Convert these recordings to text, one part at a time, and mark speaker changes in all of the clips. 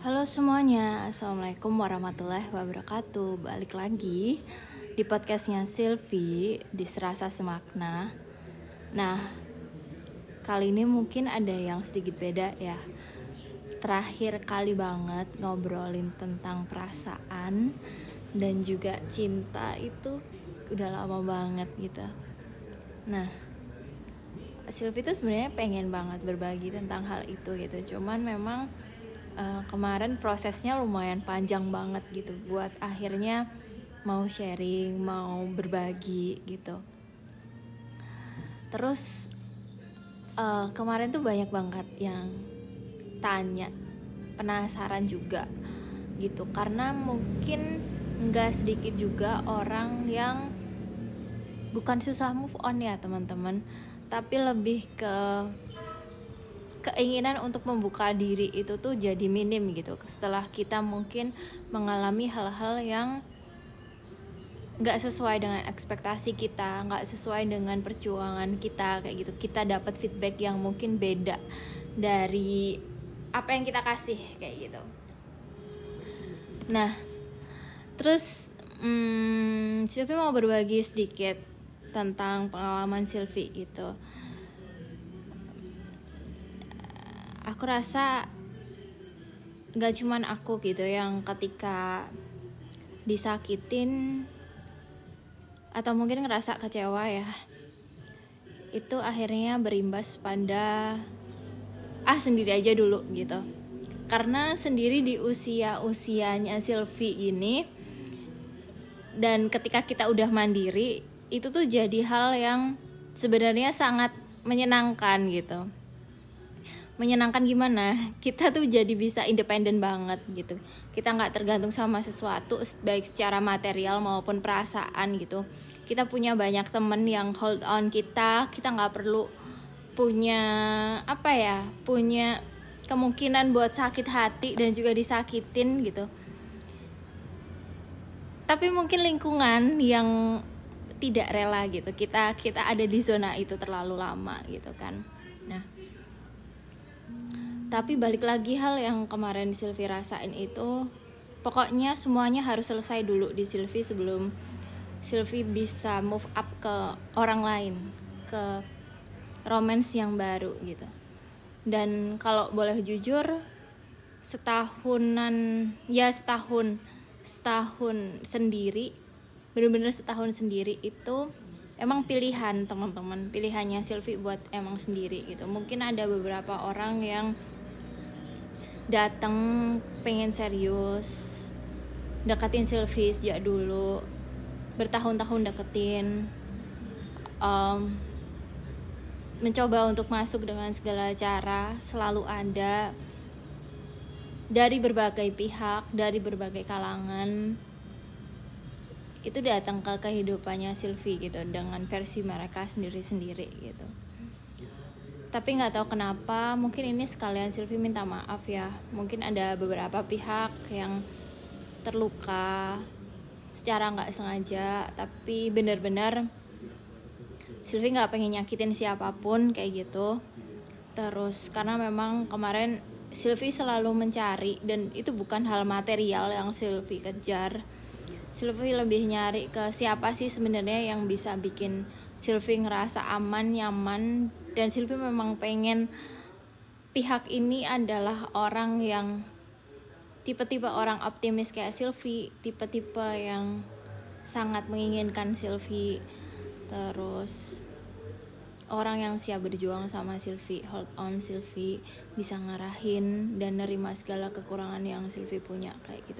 Speaker 1: Halo semuanya, Assalamualaikum warahmatullahi wabarakatuh. Balik lagi di podcastnya Silvi di Serasa Semakna. Nah, kali ini mungkin ada yang sedikit beda ya. Terakhir kali banget ngobrolin tentang perasaan dan juga cinta itu udah lama banget gitu. Nah, Silvi tuh sebenarnya pengen banget berbagi tentang hal itu gitu. Cuman memang kemarin prosesnya lumayan panjang banget gitu buat akhirnya mau sharing, mau berbagi gitu. Terus kemarin tuh banyak banget yang tanya, penasaran juga gitu, karena mungkin nggak sedikit juga orang yang bukan susah move on ya teman-teman, tapi lebih ke keinginan untuk membuka diri itu tuh jadi minim gitu setelah kita mungkin mengalami hal-hal yang nggak sesuai dengan ekspektasi kita, nggak sesuai dengan perjuangan kita kayak gitu. Kita dapat feedback yang mungkin beda dari apa yang kita kasih kayak gitu. Nah, terus Silvi mau berbagi sedikit tentang pengalaman Silvi gitu. Aku rasa gak cuman aku gitu yang ketika disakitin atau mungkin ngerasa kecewa ya, itu akhirnya berimbas pada sendiri aja dulu gitu. Karena sendiri di usianya Silvi ini, dan ketika kita udah mandiri, itu tuh jadi hal yang sebenarnya sangat menyenangkan gitu. Menyenangkan gimana? Kita tuh jadi bisa independen banget gitu. Kita nggak tergantung sama sesuatu baik secara material maupun perasaan gitu. Kita punya banyak temen yang hold on kita nggak perlu punya punya kemungkinan buat sakit hati dan juga disakitin gitu. Tapi mungkin lingkungan yang tidak rela gitu. Kita ada di zona itu terlalu lama gitu kan. Nah, tapi balik lagi hal yang kemarin Silvi rasain itu, pokoknya semuanya harus selesai dulu di Silvi sebelum Silvi bisa move up ke orang lain, ke romance yang baru gitu. Dan kalau boleh jujur, setahun sendiri, bener-bener setahun sendiri itu emang pilihan teman-teman, pilihannya Silvi buat emang sendiri gitu. Mungkin ada beberapa orang yang datang pengen serius, deketin Silvi sejak dulu, bertahun-tahun deketin, mencoba untuk masuk dengan segala cara, selalu ada dari berbagai pihak, dari berbagai kalangan. Itu datang ke kehidupannya Silvi gitu dengan versi mereka sendiri-sendiri gitu. Tapi nggak tahu kenapa, mungkin ini sekalian Silvi minta maaf ya. Mungkin ada beberapa pihak yang terluka secara nggak sengaja, tapi benar-benar Silvi nggak pengen nyakitin siapapun kayak gitu. Terus karena memang kemarin Silvi selalu mencari, dan itu bukan hal material yang Silvi kejar. Silvi lebih nyari ke siapa sih sebenarnya yang bisa bikin Silvi ngerasa aman, nyaman. Dan Silvi memang pengen pihak ini adalah orang yang tipe-tipe orang optimis kayak Silvi, tipe-tipe yang sangat menginginkan Silvi, terus orang yang siap berjuang sama Silvi, hold on Silvi, bisa ngarahin dan nerima segala kekurangan yang Silvi punya kayak gitu.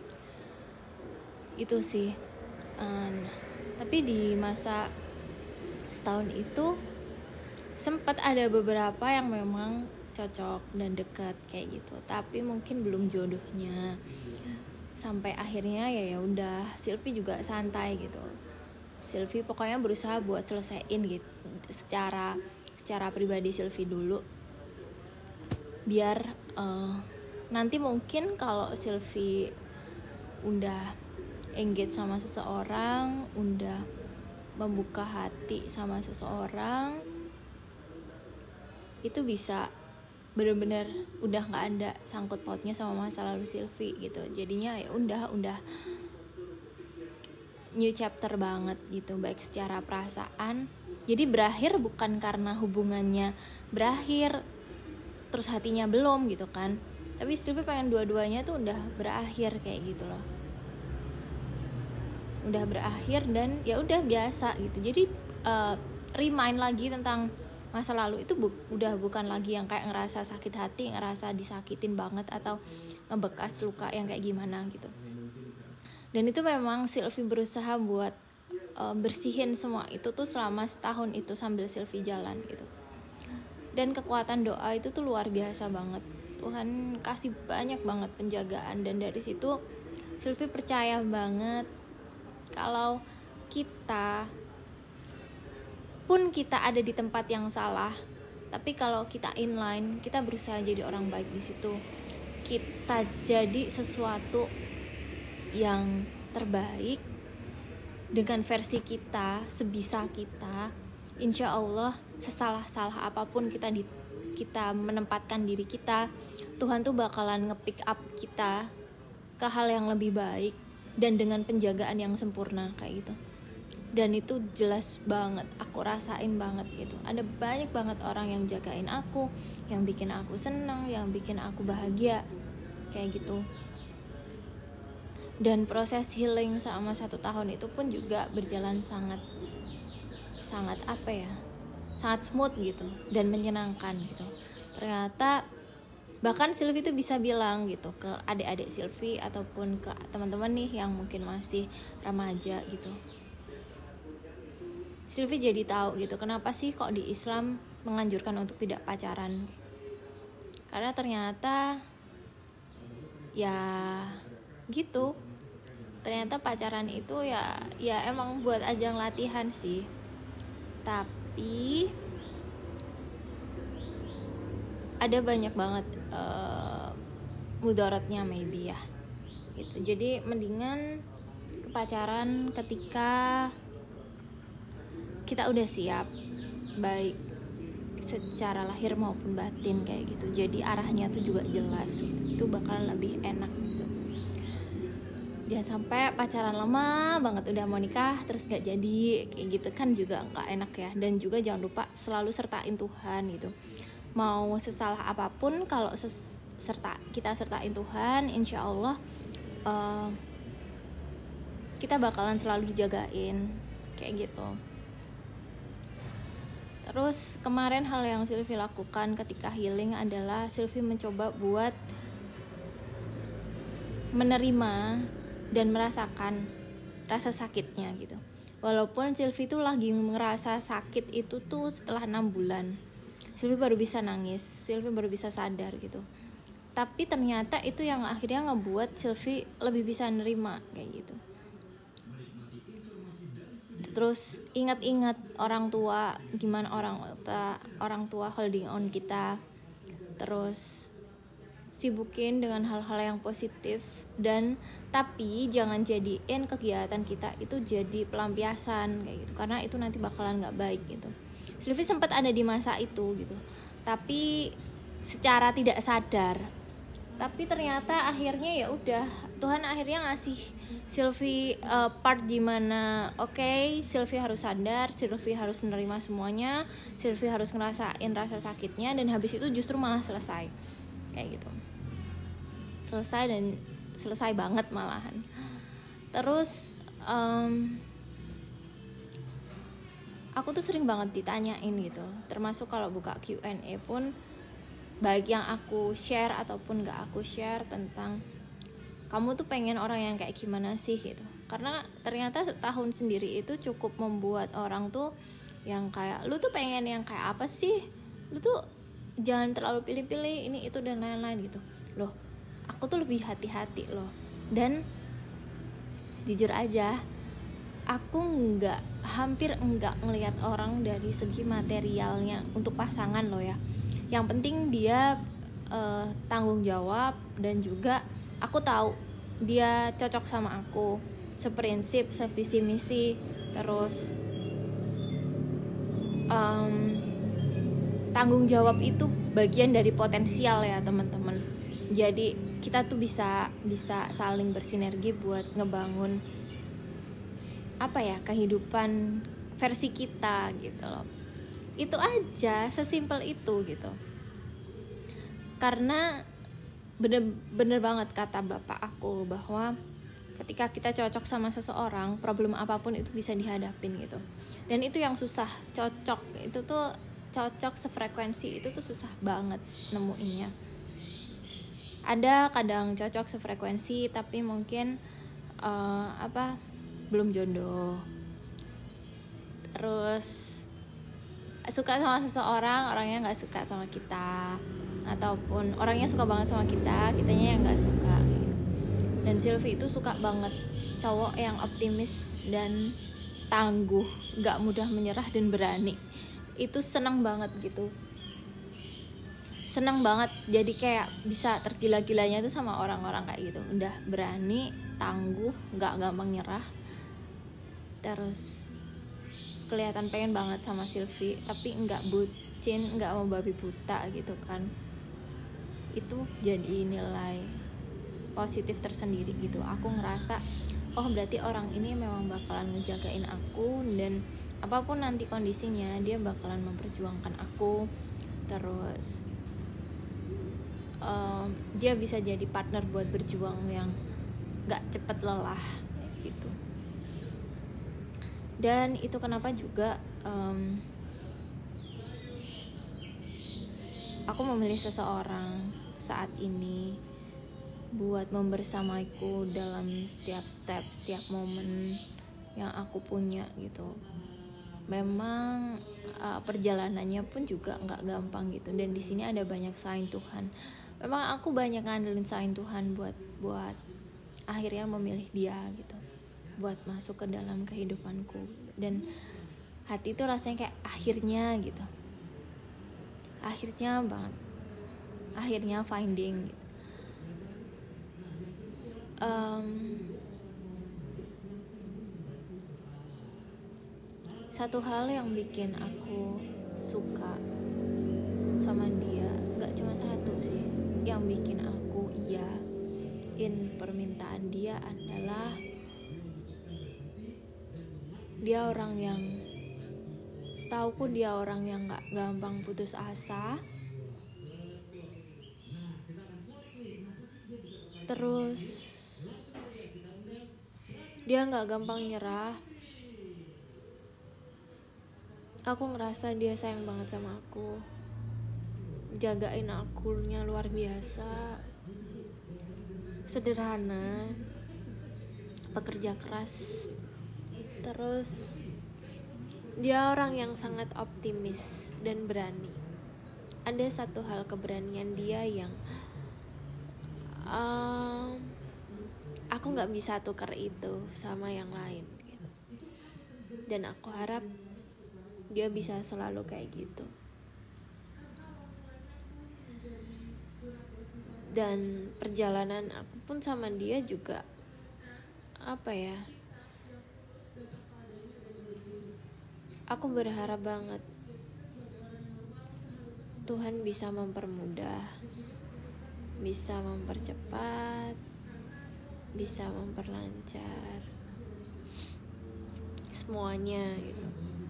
Speaker 1: Itu sih. Tapi di masa setahun itu sempat ada beberapa yang memang cocok dan dekat kayak gitu, tapi mungkin belum jodohnya. Sampai akhirnya ya udah, Silvi juga santai gitu. Silvi pokoknya berusaha buat selesaiin gitu secara pribadi Silvi dulu, biar nanti mungkin kalau Silvi udah engage sama seseorang, udah membuka hati sama seseorang, itu bisa bener-bener udah nggak ada sangkut pautnya sama masa lalu Silvi gitu. Jadinya ya udah new chapter banget gitu, baik secara perasaan. Jadi berakhir bukan karena hubungannya berakhir terus hatinya belum gitu kan, tapi Silvi pengen dua-duanya tuh udah berakhir kayak gitu loh, udah berakhir dan ya udah biasa gitu. Jadi remind lagi tentang masa lalu itu udah bukan lagi yang kayak ngerasa sakit hati, ngerasa disakitin banget atau ngebekas luka yang kayak gimana gitu. Dan itu memang Silvi berusaha buat bersihin semua itu tuh selama setahun itu sambil Silvi jalan gitu. Dan kekuatan doa itu tuh luar biasa banget. Tuhan kasih banyak banget penjagaan, dan dari situ Silvi percaya banget kalau kita ada di tempat yang salah, tapi kalau kita inline, kita berusaha jadi orang baik di situ, kita jadi sesuatu yang terbaik dengan versi kita, sebisa kita, insya Allah sesalah-salah apapun kita menempatkan diri kita, Tuhan tuh bakalan nge-pick up kita ke hal yang lebih baik dan dengan penjagaan yang sempurna kayak gitu. Dan itu jelas banget, aku rasain banget gitu. Ada banyak banget orang yang jagain aku, yang bikin aku senang, yang bikin aku bahagia kayak gitu. Dan proses healing selama 1 tahun itu pun juga berjalan sangat sangat smooth gitu dan menyenangkan gitu. Ternyata bahkan Silvi itu bisa bilang gitu ke adik-adik Silvi ataupun ke teman-teman nih yang mungkin masih remaja gitu, Silvi jadi tahu gitu kenapa sih kok di Islam menganjurkan untuk tidak pacaran. Karena ternyata ya gitu, ternyata pacaran itu ya emang buat ajang latihan sih, tapi ada banyak banget mudaratnya maybe ya gitu. Jadi mendingan pacaran ketika kita udah siap, baik secara lahir maupun batin kayak gitu. Jadi arahnya tuh juga jelas gitu. Itu bakalan lebih enak gitu. Jangan sampai pacaran lama banget udah mau nikah terus gak jadi kayak gitu kan, juga gak enak ya. Dan juga jangan lupa selalu sertain Tuhan gitu. Mau sesalah apapun, kalau kita sertain Tuhan, insya Allah kita bakalan selalu dijagain kayak gitu. Terus kemarin hal yang Silvi lakukan ketika healing adalah Silvi mencoba buat menerima dan merasakan rasa sakitnya gitu. Walaupun Silvi tuh lagi ngerasa sakit itu tuh setelah 6 bulan. Silvi baru bisa nangis, Silvi baru bisa sadar gitu. Tapi ternyata itu yang akhirnya ngebuat Silvi lebih bisa nerima kayak gitu. Terus ingat-ingat orang tua, gimana orang tua holding on kita. Terus sibukin dengan hal-hal yang positif, dan tapi jangan jadiin kegiatan kita itu jadi pelampiasan kayak gitu, karena itu nanti bakalan nggak baik gitu. Silvi sempat ada di masa itu gitu, tapi secara tidak sadar. Tapi ternyata akhirnya ya udah, Tuhan akhirnya ngasih Silvi part dimana Silvi harus sadar, Silvi harus menerima semuanya, Silvi harus ngerasain rasa sakitnya, dan habis itu justru malah selesai kayak gitu. Selesai banget malahan. Terus aku tuh sering banget ditanyain gitu, termasuk kalau buka Q&A pun, baik yang aku share ataupun gak aku share, tentang kamu tuh pengen orang yang kayak gimana sih gitu. Karena ternyata setahun sendiri itu cukup membuat orang tuh yang kayak, lu tuh pengen yang kayak apa sih, lu tuh jangan terlalu pilih-pilih ini itu dan lain-lain gitu loh. Aku tuh lebih hati-hati loh. Dan jujur aja, aku hampir enggak ngelihat orang dari segi materialnya untuk pasangan loh ya. Yang penting dia tanggung jawab, dan juga aku tahu dia cocok sama aku, seprinsip, sevisi misi. Terus tanggung jawab itu bagian dari potensial ya teman-teman. Jadi kita tuh bisa saling bersinergi buat ngebangun kehidupan versi kita gitu loh. Itu aja, sesimpel itu gitu. Karena bener banget kata bapak aku bahwa ketika kita cocok sama seseorang, problem apapun itu bisa dihadapin gitu. Dan itu yang susah, cocok sefrekuensi itu tuh susah banget nemuinnya. Ada kadang cocok sefrekuensi tapi mungkin belum jodoh. Terus suka sama seseorang, orangnya nggak suka sama kita, ataupun orangnya suka banget sama kita, kitanya yang nggak suka gitu. Dan Sylvie itu suka banget cowok yang optimis dan tangguh, nggak mudah menyerah dan berani. Itu senang banget gitu, senang banget. Jadi kayak bisa tergila-gilanya tuh sama orang-orang kayak gitu, udah berani, tangguh, nggak gampang nyerah. Terus kelihatan pengen banget sama Sylvie, tapi nggak bucin, nggak mau babi buta gitu kan. Itu jadi nilai positif tersendiri gitu. Aku ngerasa berarti orang ini memang bakalan ngejagain aku, dan apapun nanti kondisinya dia bakalan memperjuangkan aku. Terus dia bisa jadi partner buat berjuang yang nggak cepet lelah gitu. Dan itu kenapa juga aku memilih seseorang saat ini buat membersamaiku dalam setiap step, setiap momen yang aku punya gitu. Memang perjalanannya pun juga nggak gampang gitu, dan di sini ada banyak sign Tuhan. Memang aku banyak ngandelin sign Tuhan buat akhirnya memilih dia gitu, buat masuk ke dalam kehidupanku. Dan hati itu rasanya kayak akhirnya gitu, akhirnya banget, akhirnya finding gitu. Satu hal yang bikin aku suka sama dia, gak cuma satu sih, yang bikin aku iyain permintaan dia adalah dia orang yang, setauku dia orang yang gak gampang putus asa. Terus dia gak gampang nyerah. Aku ngerasa dia sayang banget sama aku, jagain akunya luar biasa, sederhana, pekerja keras. Terus dia orang yang sangat optimis dan berani. Ada satu hal keberanian dia yang aku gak bisa tukar itu sama yang lain gitu. Dan aku harap dia bisa selalu kayak gitu. Dan perjalanan aku pun sama dia juga aku berharap banget Tuhan bisa mempermudah, bisa mempercepat, bisa memperlancar semuanya gitu.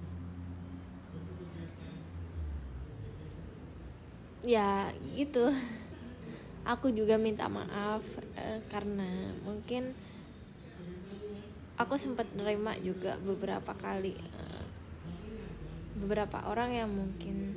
Speaker 1: Ya gitu. Aku juga minta maaf karena mungkin aku sempat nerima juga beberapa kali beberapa orang yang mungkin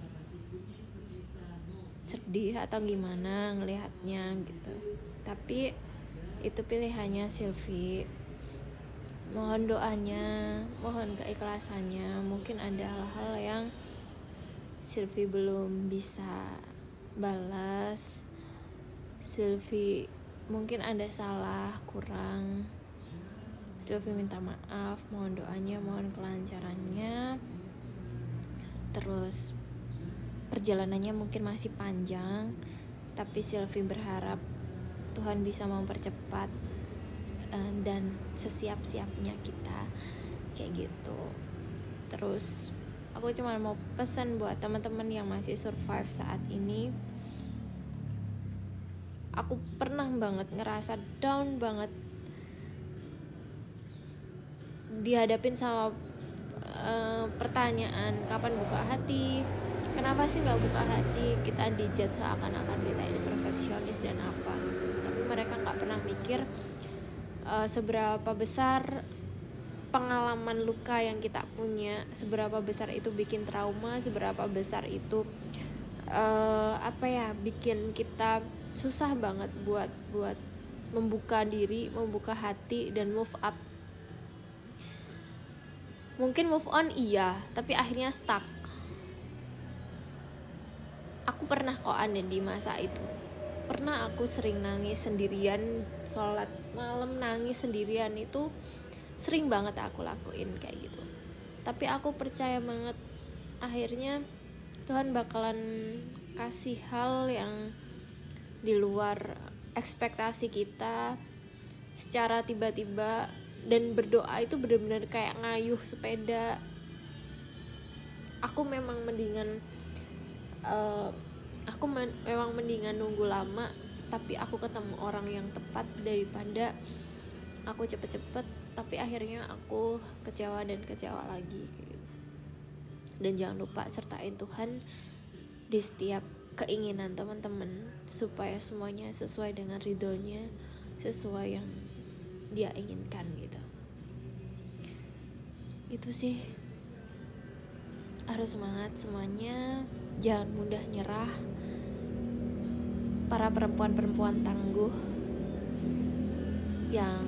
Speaker 1: sedih atau gimana ngelihatnya gitu. Tapi itu pilihannya Sylvie. Mohon doanya, mohon keikhlasannya. Mungkin ada hal-hal yang Sylvie belum bisa balas. Sylvie mungkin ada salah, kurang. Sylvie minta maaf, mohon doanya, mohon kelancarannya. Terus perjalanannya mungkin masih panjang, tapi Sylvie berharap Tuhan bisa mempercepat dan sesiap-siapnya kita kayak gitu. Terus Aku cuma mau pesan buat teman-teman yang masih survive saat ini. Aku pernah banget ngerasa down banget, dihadapin sama pertanyaan kapan buka hati, kenapa sih nggak buka hati, kita dijudge seakan-akan kita ini perfeksionis dan apa. Tapi mereka nggak pernah mikir seberapa besar pengalaman luka yang kita punya, seberapa besar itu bikin trauma, seberapa besar itu bikin kita susah banget buat membuka diri, membuka hati dan move up. Mungkin move on iya, tapi akhirnya stuck. Aku pernah kok ada di masa itu. Pernah aku sering nangis sendirian, sholat malam nangis sendirian, itu sering banget aku lakuin kayak gitu. Tapi aku percaya banget akhirnya Tuhan bakalan kasih hal yang di luar ekspektasi kita secara tiba-tiba. Dan berdoa itu benar-benar kayak ngayuh sepeda. Aku memang mendingan nunggu lama tapi aku ketemu orang yang tepat daripada aku cepet-cepet tapi akhirnya aku kecewa lagi gitu. Dan jangan lupa sertain Tuhan di setiap keinginan teman-teman supaya semuanya sesuai dengan ridhonya, sesuai yang dia inginkan gitu. Itu sih, harus semangat semuanya, jangan mudah nyerah. Para perempuan-perempuan tangguh yang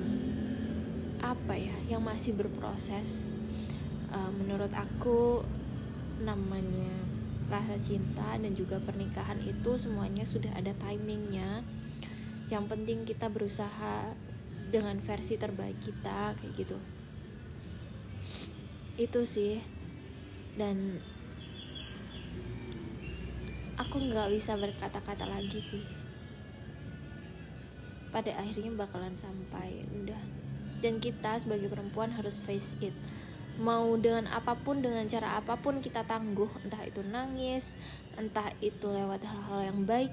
Speaker 1: masih berproses, menurut aku namanya rasa cinta dan juga pernikahan itu semuanya sudah ada timingnya. Yang penting kita berusaha dengan versi terbaik kita kayak gitu. Itu sih. Dan aku nggak bisa berkata-kata lagi sih. Pada akhirnya bakalan sampai udah. Dan kita sebagai perempuan harus face it. Mau dengan apapun, dengan cara apapun kita tangguh, entah itu nangis, entah itu lewat hal-hal yang baik,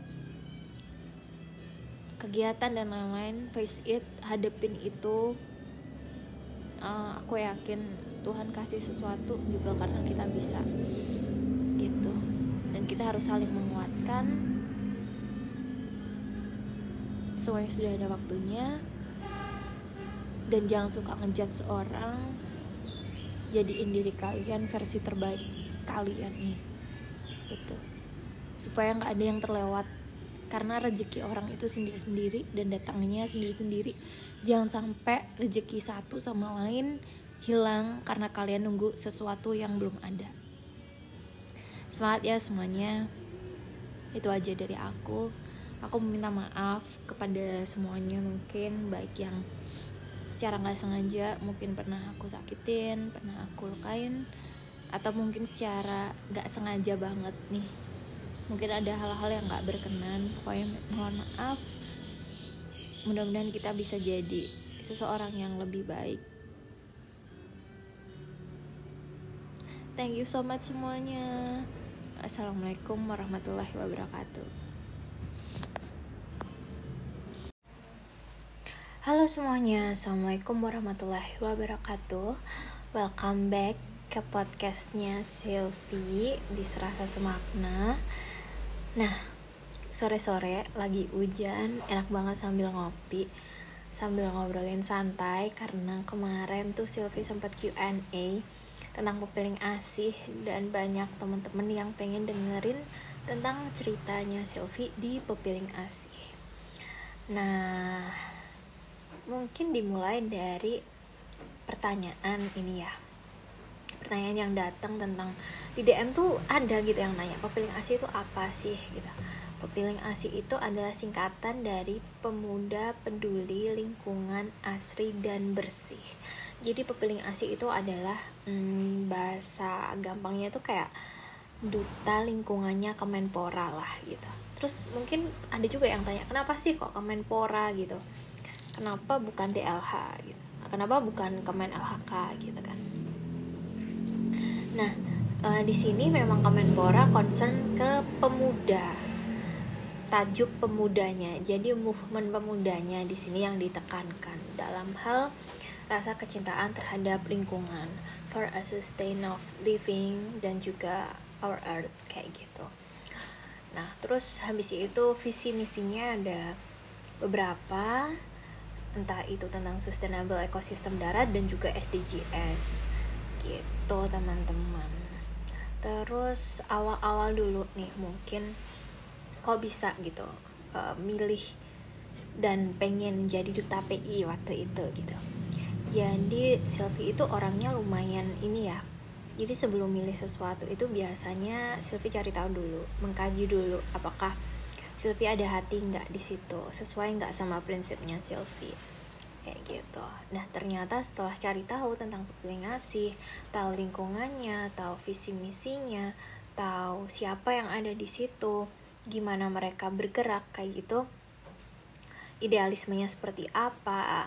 Speaker 1: kegiatan dan lain-lain, face it, hadepin itu. Aku yakin Tuhan kasih sesuatu juga karena kita bisa gitu. Dan kita harus saling menguatkan. Semuanya sudah ada waktunya. Dan jangan suka ngejudge orang. Jadiin diri kalian versi terbaik kalian nih gitu, supaya gak ada yang terlewat. Karena rezeki orang itu sendiri-sendiri dan datangnya sendiri-sendiri. Jangan sampai rezeki satu sama lain hilang karena kalian nunggu sesuatu yang belum ada. Semangat ya semuanya. Itu aja dari aku. Aku meminta maaf kepada semuanya, mungkin baik yang secara gak sengaja mungkin pernah aku sakitin, pernah aku lukain, atau mungkin secara gak sengaja banget nih, mungkin ada hal-hal yang gak berkenan. Pokoknya mohon maaf. Mudah-mudahan kita bisa jadi seseorang yang lebih baik. Thank you so much semuanya. Assalamualaikum warahmatullahi wabarakatuh. Halo semuanya, assalamualaikum warahmatullahi wabarakatuh. Welcome back ke podcastnya Sylvie di Serasa Semakna. Nah, sore-sore lagi hujan, enak banget sambil ngopi, sambil ngobrolin santai. Karena kemarin tuh Sylvie sempat Q&A tentang Pepiling Asih, dan banyak teman-teman yang pengen dengerin tentang ceritanya Sylvie di Pepiling Asih. Nah, mungkin dimulai dari pertanyaan ini ya. Pertanyaan yang datang tentang di DM tuh ada gitu yang nanya, Pepiling Asih itu apa sih gitu. Pepiling Asih itu adalah singkatan dari Pemuda Peduli Lingkungan Asri dan Bersih. Jadi Pepiling Asih itu adalah bahasa gampangnya itu kayak duta lingkungannya Kemenpora lah gitu. Terus mungkin ada juga yang tanya, kenapa sih kok Kemenpora gitu? Kenapa bukan DLH gitu? Kenapa bukan Kemen LHK gitu kan? Nah, Di sini memang Kemenpora concern ke pemuda, tajuk pemudanya. Jadi movement pemudanya di sini yang ditekankan dalam hal rasa kecintaan terhadap lingkungan, for a sustainable living, dan juga our earth kayak gitu. Nah, terus habis itu visi misinya ada beberapa, entah itu tentang sustainable ekosistem darat dan juga SDGs gitu teman-teman. Terus awal-awal dulu nih mungkin kok bisa gitu milih dan pengen jadi duta PI waktu itu gitu. Jadi Sylvie itu orangnya lumayan ini ya. Jadi sebelum milih sesuatu itu biasanya Sylvie cari tahu dulu, mengkaji dulu apakah Sylvie ada hati nggak di situ, sesuai nggak sama prinsipnya Sylvie kayak gitu. Nah ternyata setelah cari tahu tentang peduli ngasih, tahu lingkungannya, tahu visi misinya, tahu siapa yang ada di situ, gimana mereka bergerak kayak gitu, idealismenya seperti apa,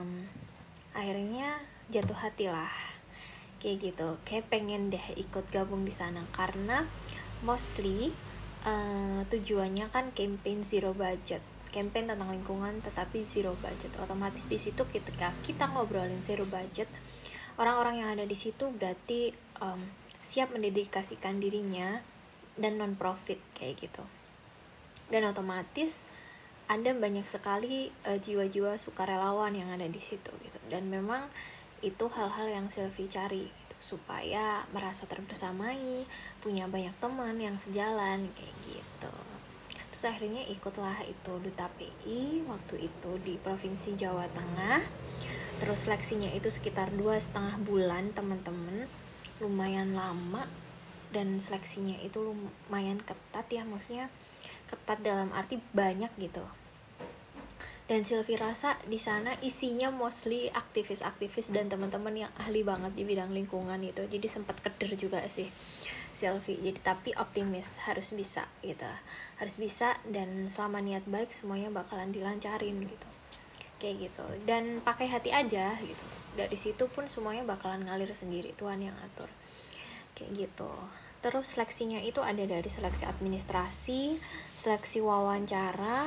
Speaker 1: akhirnya jatuh hati lah kayak gitu. Kayak pengen deh ikut gabung di sana karena mostly tujuannya kan campaign zero budget, campaign tentang lingkungan tetapi zero budget. Otomatis di situ ketika kita ngobrolin zero budget, orang-orang yang ada di situ berarti siap mendedikasikan dirinya dan non profit kayak gitu. Dan otomatis ada banyak sekali jiwa-jiwa sukarelawan yang ada di situ gitu. Dan memang itu hal-hal yang Sylvie cari gitu, supaya merasa terbersamai, punya banyak teman yang sejalan kayak gitu. Terus akhirnya ikutlah itu duta PI waktu itu di Provinsi Jawa Tengah. Terus seleksinya itu sekitar 2,5 bulan teman-teman, lumayan lama. Dan seleksinya itu lumayan ketat ya, maksudnya ketat dalam arti banyak gitu. Dan Sylvie rasa di sana isinya mostly aktivis-aktivis dan teman-teman yang ahli banget di bidang lingkungan itu. Jadi sempat keder juga sih Sylvie. Jadi tapi optimis, harus bisa gitu. Harus bisa, dan selama niat baik semuanya bakalan dilancarin gitu. Kayak gitu. Dan pakai hati aja gitu. Dari situ pun semuanya bakalan ngalir sendiri, Tuhan yang atur. Kayak gitu. Terus seleksinya itu ada dari seleksi administrasi, seleksi wawancara,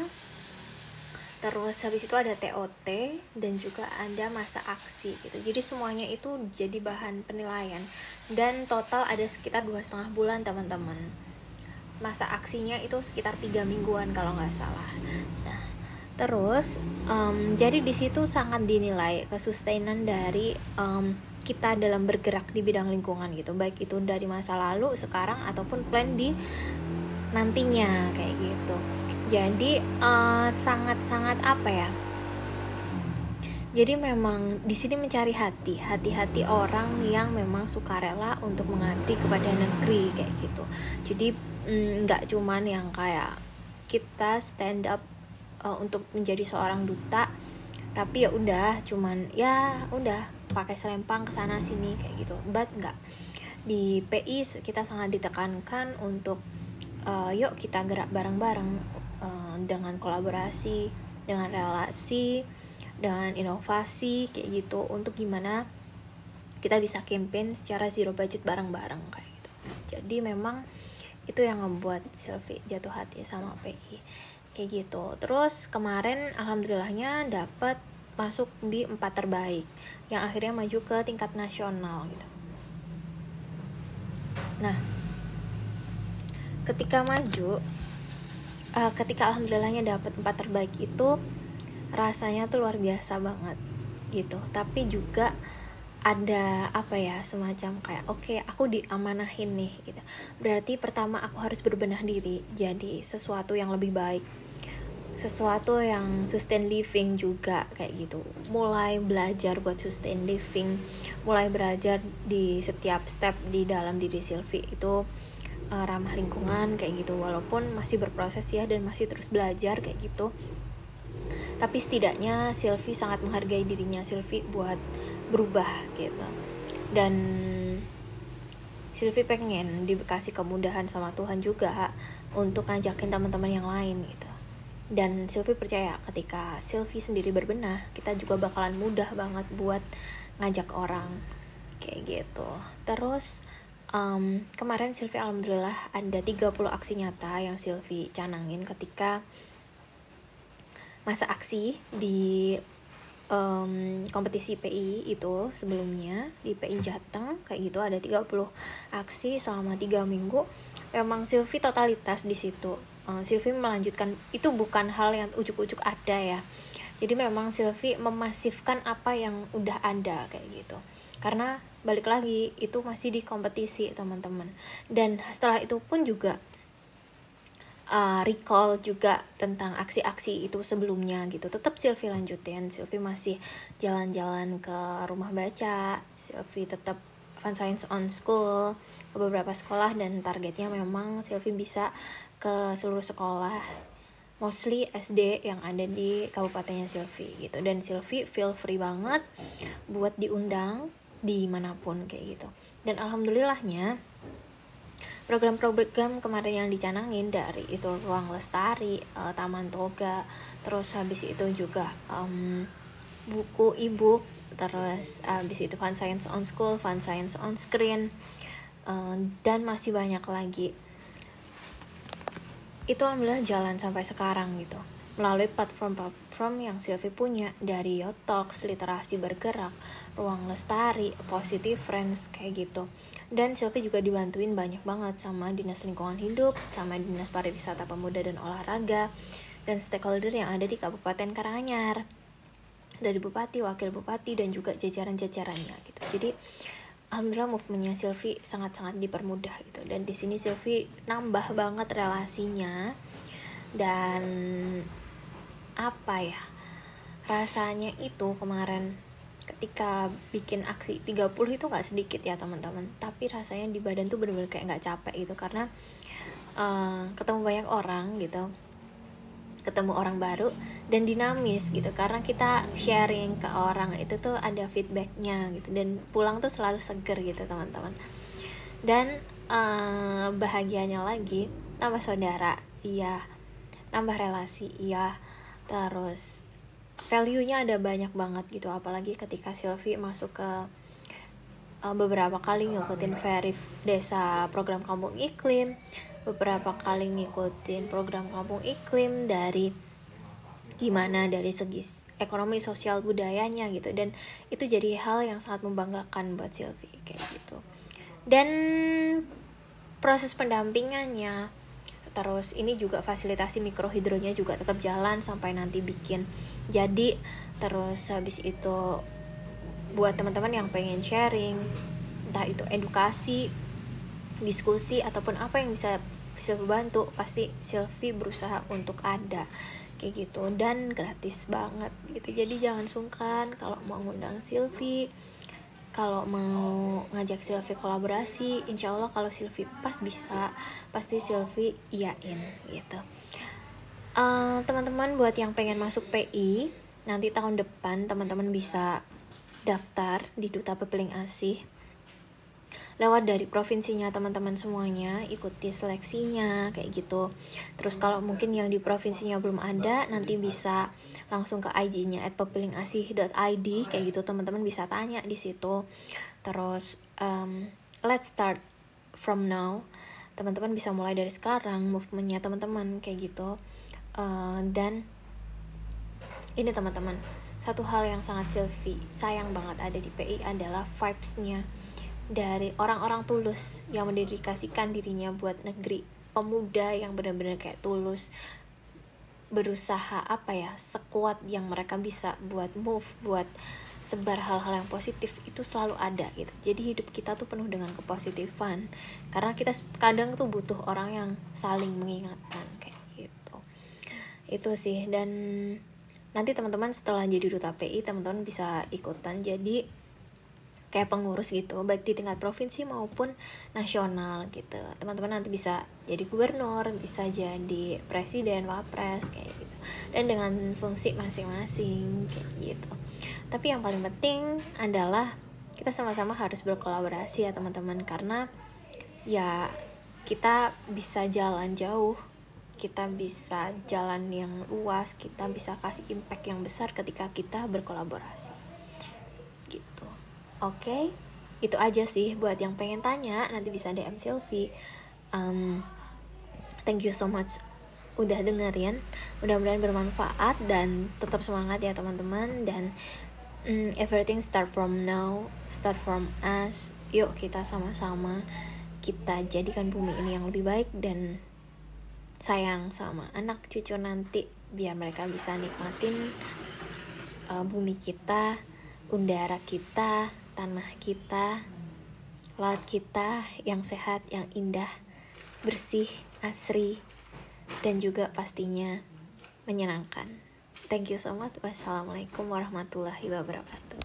Speaker 1: terus habis itu ada TOT, dan juga ada masa aksi gitu. Jadi semuanya itu jadi bahan penilaian. Dan total ada sekitar 2,5 bulan teman-teman. Masa aksinya itu sekitar 3 mingguan kalau nggak salah. Nah, terus jadi di situ sangat dinilai kesustainan dari kita dalam bergerak di bidang lingkungan gitu. Baik itu dari masa lalu, sekarang, ataupun plan di nantinya kayak gitu. Jadi sangat-sangat apa ya? Jadi memang di sini mencari hati orang yang memang sukarela untuk mengabdi kepada negeri kayak gitu. Jadi nggak cuman yang kayak kita stand up untuk menjadi seorang duta, tapi ya udah cuman ya udah pakai selempang kesana sini kayak gitu. But nggak, di PI kita sangat ditekankan untuk yuk kita gerak bareng-bareng, dengan kolaborasi, dengan relasi, dengan inovasi kayak gitu, untuk gimana kita bisa campaign secara zero budget bareng-bareng kayak gitu. Jadi memang itu yang membuat Sylvie jatuh hati sama PI kayak gitu. Terus kemarin alhamdulillahnya dapat masuk di 4 terbaik yang akhirnya maju ke tingkat nasional gitu. Nah, ketika alhamdulillahnya dapat 4 terbaik itu rasanya tuh luar biasa banget gitu. Tapi juga ada apa ya, semacam kayak oke, aku diamanahin nih gitu. Berarti pertama aku harus berbenah diri jadi sesuatu yang lebih baik, sesuatu yang sustain living juga kayak gitu. Mulai belajar buat sustain living, mulai belajar di setiap step di dalam diri Sylvie itu ramah lingkungan kayak gitu, walaupun masih berproses ya dan masih terus belajar kayak gitu. Tapi setidaknya Sylvie sangat menghargai dirinya Sylvie buat berubah gitu. Dan Sylvie pengen dikasih kemudahan sama Tuhan juga untuk ngajakin teman-teman yang lain gitu. Dan Sylvie percaya ketika Sylvie sendiri berbenah, kita juga bakalan mudah banget buat ngajak orang kayak gitu. Terus kemarin Silvi alhamdulillah ada 30 aksi nyata yang Silvi canangin ketika masa aksi di kompetisi PI itu sebelumnya di PI Jateng kayak gitu. Ada 30 aksi selama 3 minggu. Memang Silvi totalitas di situ. Silvi melanjutkan, itu bukan hal yang ujuk-ujuk ada ya, jadi memang Silvi memasifkan apa yang udah ada kayak gitu, karena balik lagi itu masih di kompetisi teman-teman. Dan setelah itu pun juga recall juga tentang aksi-aksi itu sebelumnya gitu. Tetap Silvi lanjutin, Silvi masih jalan-jalan ke rumah baca, Silvi tetap Fun Science on School ke beberapa sekolah, dan targetnya memang Silvi bisa ke seluruh sekolah, mostly SD yang ada di kabupatennya Silvi gitu. Dan Silvi feel free banget buat diundang dimanapun kayak gitu. Dan alhamdulillahnya program-program kemarin yang dicanangin dari itu Ruang Lestari, Taman Toga, terus habis itu juga buku e-book, terus habis itu Fun Science on School, Fun Science on Screen, dan masih banyak lagi. Itu alhamdulillah jalan sampai sekarang gitu, melalui platform-platform yang Silvi punya, dari Yotalks, Literasi Bergerak, Ruang Lestari, Positive Friends kayak gitu. Dan Silvi juga dibantuin banyak banget sama Dinas Lingkungan Hidup, sama Dinas Pariwisata Pemuda dan Olahraga, dan stakeholder yang ada di Kabupaten Karanganyar, dari Bupati, Wakil Bupati, dan juga jajaran-jajarannya gitu. Jadi alhamdulillah movementnya Silvi sangat-sangat dipermudah gitu. Dan di sini Silvi nambah banget relasinya, dan apa ya, rasanya itu kemarin ketika bikin aksi 30 itu gak sedikit ya teman-teman, tapi rasanya di badan tuh bener-bener kayak gak capek gitu, karena ketemu banyak orang gitu, ketemu orang baru dan dinamis gitu, karena kita sharing ke orang itu tuh ada feedbacknya gitu, dan pulang tuh selalu seger gitu teman-teman. Dan bahagianya lagi, nambah saudara iya, nambah relasi iya, terus value-nya ada banyak banget gitu. Apalagi ketika Silvi masuk ke beberapa kali ngikutin Verif Desa Program Kampung Iklim, beberapa kali ngikutin program Kampung Iklim dari gimana dari segi ekonomi, sosial, budayanya gitu. Dan itu jadi hal yang sangat membanggakan buat Silvi kayak gitu. Dan proses pendampingannya, terus ini juga fasilitasi mikrohidronya juga tetap jalan sampai nanti bikin jadi. Terus habis itu buat teman-teman yang pengen sharing, entah itu edukasi, diskusi, ataupun apa yang bisa bantu, pasti Silvi berusaha untuk ada kayak gitu, dan gratis banget gitu. Jadi jangan sungkan kalau mau ngundang Silvi, kalau mau ngajak Silvi kolaborasi, insya Allah kalau Silvi pas bisa, pasti Silvi iyain gitu. Teman-teman buat yang pengen masuk PI, nanti tahun depan teman-teman bisa daftar di Duta Pepiling Asih lewat dari provinsinya teman-teman semuanya, ikuti seleksinya kayak gitu. Terus kalau mungkin yang di provinsinya belum ada, nanti bisa langsung ke IG-nya @pepilingasih.id kayak gitu, teman-teman bisa tanya di situ. Terus let's start from now, teman-teman bisa mulai dari sekarang movementnya teman-teman kayak gitu. Dan ini teman-teman, satu hal yang sangat Silvi sayang banget ada di PI adalah vibes-nya dari orang-orang tulus yang mendedikasikan dirinya buat negeri, pemuda yang benar-benar kayak tulus berusaha sekuat yang mereka bisa buat move, buat sebar hal-hal yang positif, itu selalu ada gitu. Jadi hidup kita tuh penuh dengan kepositifan, karena kita kadang tuh butuh orang yang saling mengingatkan kayak gitu. Itu sih. Dan nanti teman-teman setelah jadi duta PI, teman-teman bisa ikutan jadi kayak pengurus gitu, baik di tingkat provinsi maupun nasional gitu. Teman-teman nanti bisa jadi gubernur, bisa jadi presiden, wapres kayak gitu, dan dengan fungsi masing-masing kayak gitu. Tapi yang paling penting adalah kita sama-sama harus berkolaborasi ya teman-teman, karena ya kita bisa jalan jauh, kita bisa jalan yang luas, kita bisa kasih impact yang besar ketika kita berkolaborasi gitu. Oke. Itu aja sih. Buat yang pengen tanya nanti bisa DM Sylvie. Thank you so much udah dengerin, mudah-mudahan bermanfaat dan tetap semangat ya teman-teman. Dan everything start from now, start from us. Yuk kita sama-sama kita jadikan bumi ini yang lebih baik dan sayang sama anak cucu nanti, biar mereka bisa nikmatin bumi kita, udara kita, tanah kita, laut kita yang sehat, yang indah, bersih, asri, dan juga pastinya menyenangkan. Thank you so much. Wassalamualaikum warahmatullahi wabarakatuh.